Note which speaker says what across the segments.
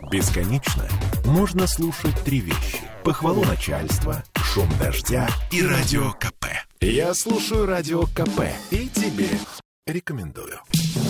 Speaker 1: Бесконечно можно слушать три вещи: похвалу начальства, шум дождя и радио КП. Я слушаю радио КП и тебе рекомендую.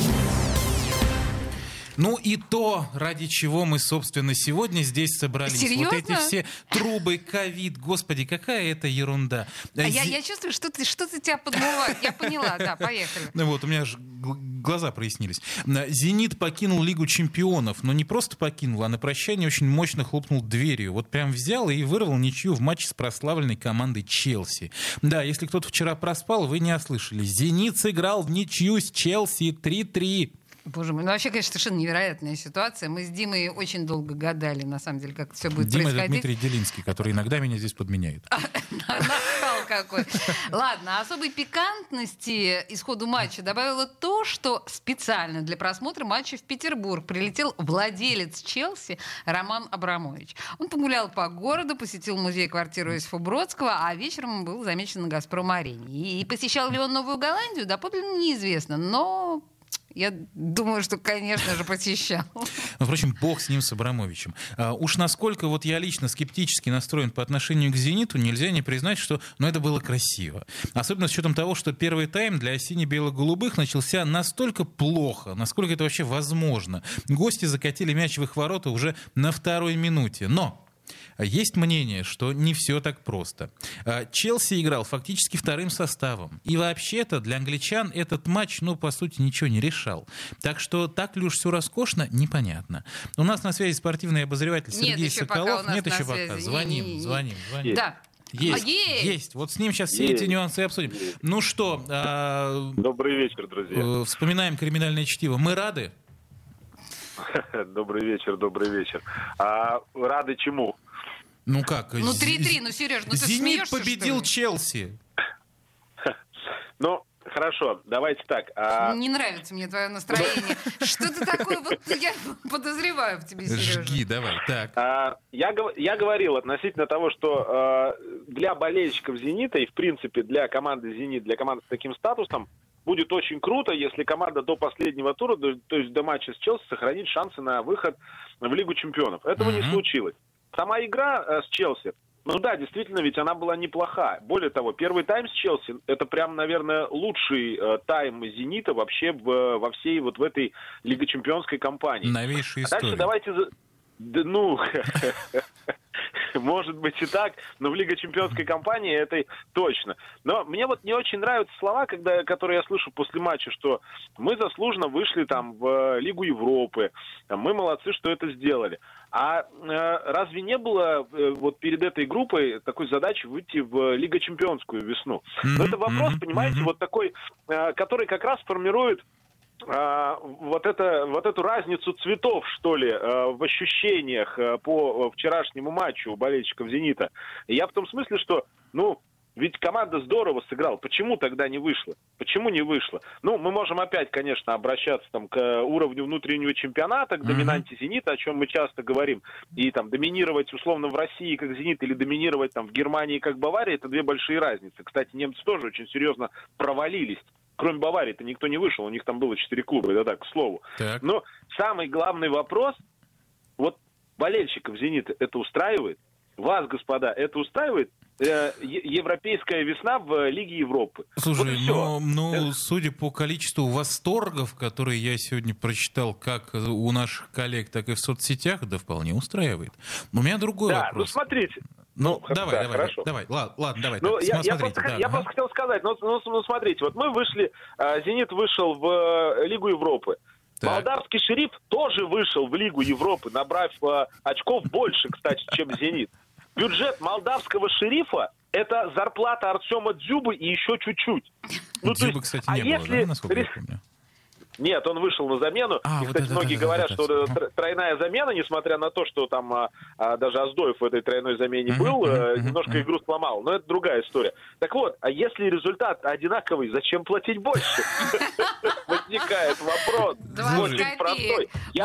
Speaker 2: Ну и то, ради чего мы, собственно, сегодня здесь собрались.
Speaker 3: Серьезно?
Speaker 2: Вот эти все трубы, ковид, господи, какая это ерунда.
Speaker 3: Я чувствую, что тебя подмывает. Я поняла, да, поехали.
Speaker 2: Ну вот, у меня же глаза прояснились. «Зенит» покинул Лигу чемпионов, но не просто покинул, а на прощание очень мощно хлопнул дверью. Вот прям взял и вырвал ничью в матче с прославленной командой «Челси». Да, если кто-то вчера проспал, вы не ослышались. «Зенит» сыграл в ничью с «Челси» 3-3.
Speaker 3: Боже мой, ну вообще, конечно, совершенно невероятная ситуация. Мы с Димой очень долго гадали, на самом деле, как все будет
Speaker 2: Дима — это
Speaker 3: происходить.
Speaker 2: Дмитрий Делинский, который иногда меня здесь подменяет.
Speaker 3: Нахал какой. Ладно, особой пикантности исходу матча добавило то, что специально для просмотра матча в Петербург прилетел владелец «Челси» Роман Абрамович. Он погулял по городу, посетил музей-квартиру Иосифа Бродского, а вечером был замечен на «Газпром-арене». И посещал ли он Новую Голландию, доподлинно неизвестно, но... Я думаю, что, конечно же, посещал.
Speaker 2: Ну, впрочем, бог с ним, с Абрамовичем. Уж насколько вот я лично скептически настроен по отношению к «Зениту», нельзя не признать, что это было красиво. Особенно с учетом того, что первый тайм для сине-бело-голубых начался настолько плохо, насколько это вообще возможно. Гости закатили мяч в их ворота уже на второй минуте. Но... есть мнение, что не все так просто. «Челси» играл фактически вторым составом. И вообще-то для англичан этот матч, по сути, ничего не решал. Так что так ли уж все роскошно, непонятно. У нас на связи спортивный обозреватель Сергей Соколов. Нет еще пока. Звоним.
Speaker 3: Да.
Speaker 2: Есть. Вот с ним сейчас все эти нюансы обсудим. Ну что...
Speaker 4: Добрый вечер, друзья.
Speaker 2: Вспоминаем «Криминальное чтиво». Мы рады?
Speaker 4: Добрый вечер. Рады чему?
Speaker 2: Ну как?
Speaker 3: 3-3, Сереж, ты
Speaker 2: «Зенит»
Speaker 3: смеешься,
Speaker 2: победил «Челси».
Speaker 4: Ну, хорошо, давайте так.
Speaker 3: Не нравится мне твое настроение. Что ты такое? Вот я подозреваю в тебе, Сережа.
Speaker 2: Жги, давай. Так.
Speaker 4: Я говорил относительно того, что для болельщиков «Зенита» и, в принципе, для команды «Зенит», для команды с таким статусом, будет очень круто, если команда до последнего тура, то есть до матча с «Челси», сохранит шансы на выход в Лигу чемпионов. Этого не случилось. Сама игра с «Челси», действительно, ведь она была неплоха. Более того, первый тайм с «Челси» — это прям, наверное, лучший тайм «Зенита» вообще во всей вот в этой лигочемпионской кампании.
Speaker 2: Новейшая история.
Speaker 4: Дальше давайте... Может быть и так, но в Лиго-чемпионской кампании это точно. Но мне вот не очень нравятся слова, которые я слышу после матча, что мы заслуженно вышли там в Лигу Европы, мы молодцы, что это сделали. А разве не было вот перед этой группой такой задачи выйти в Лиго-чемпионскую весну? Но это вопрос, понимаете, вот такой, который как раз формирует вот эту разницу цветов, что ли, в ощущениях по вчерашнему матчу у болельщиков «Зенита». Я в том смысле, что, ведь команда здорово сыграла. Почему тогда не вышло? Почему не вышло? Мы можем опять, конечно, обращаться к уровню внутреннего чемпионата, к доминанте «Зенита», о чем мы часто говорим, и доминировать условно в России как «Зенит» или доминировать в Германии как «Бавария» — это две большие разницы. Кстати, немцы тоже очень серьезно провалились. Кроме Баварии-то никто не вышел, у них там было 4 клуба, это так, к слову. Так. Но самый главный вопрос, вот болельщиков «Зенита» это устраивает? Вас, господа, это устраивает? Европейская весна в Лиге Европы.
Speaker 2: Слушай, судя по количеству восторгов, которые я сегодня прочитал как у наших коллег, так и в соцсетях, вполне устраивает. Но у меня другой вопрос.
Speaker 4: Смотрите.
Speaker 2: Давай,
Speaker 4: хорошо.
Speaker 2: Ладно, давай.
Speaker 4: Я просто хотел сказать, смотрите, вот мы вышли, «Зенит» вышел в Лигу Европы. Так. Молдавский «Шериф» тоже вышел в Лигу Европы, набрав очков больше, кстати, чем «Зенит». Бюджет молдавского «Шерифа» — это зарплата Артема Дзюбы и еще чуть-чуть.
Speaker 2: Дзюбы, кстати, не было, насколько я помню?
Speaker 4: Нет, он вышел на замену. Кстати, многие говорят, что тройная замена, несмотря на то, что там даже Оздоев в этой тройной замене был, немножко игру сломал. Но это другая история. Так вот, а если результат одинаковый, зачем платить больше? Возникает вопрос. Очень простой.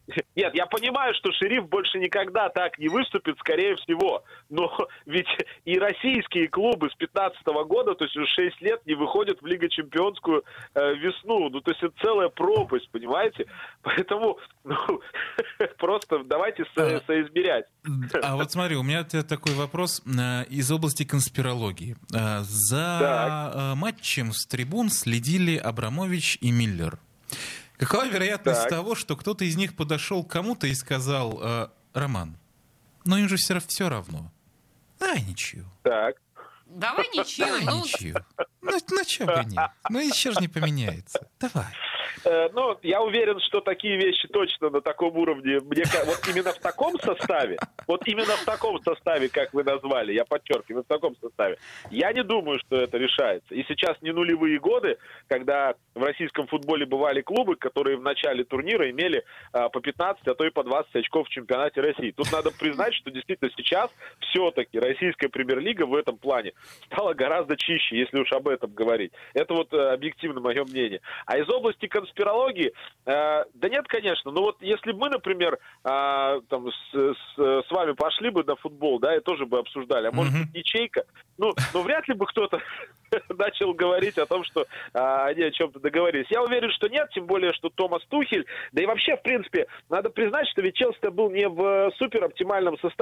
Speaker 4: Нет, я понимаю, что Шериф больше никогда так не выступит, скорее всего. Но ведь и российские клубы с 2015 года, то есть уже 6 лет, не выходят в Лигу Чемпионскую весну. Ну, то есть это целая пропасть, понимаете? Поэтому просто давайте соизмерять.
Speaker 2: А вот смотри, у меня такой вопрос из области конспирологии. За матчем с трибун следили Абрамович и Миллер. Какова вероятность того, что кто-то из них подошел к кому-то и сказал: Роман, ну им же все равно. Дай ничью.
Speaker 4: Так.
Speaker 3: Давай ничью.
Speaker 2: Давай ничью. Ну чё бы нет. Ну еще же не поменяется. Давай.
Speaker 4: Ну, я уверен, что такие вещи точно на таком уровне, вот именно в таком составе, как вы назвали, я подчеркиваю, в таком составе, я не думаю, что это решается. И сейчас не нулевые годы, когда в российском футболе бывали клубы, которые в начале турнира имели по 15, а то и по 20 очков в чемпионате России. Тут надо признать, что действительно сейчас все-таки российская премьер-лига в этом плане стала гораздо чище, если уж об этом говорить. Это вот объективно мое мнение. А из области конспирологии, да нет, конечно, но вот если бы мы, например, там, с вами пошли бы на футбол, да, и тоже бы обсуждали, а может быть ячейка, ну вряд ли бы кто-то начал говорить о том, что они о чем-то договорились. Я уверен, что нет, тем более, что Томас Тухель, да и вообще, в принципе, надо признать, что ведь Челси был не в супер оптимальном составе.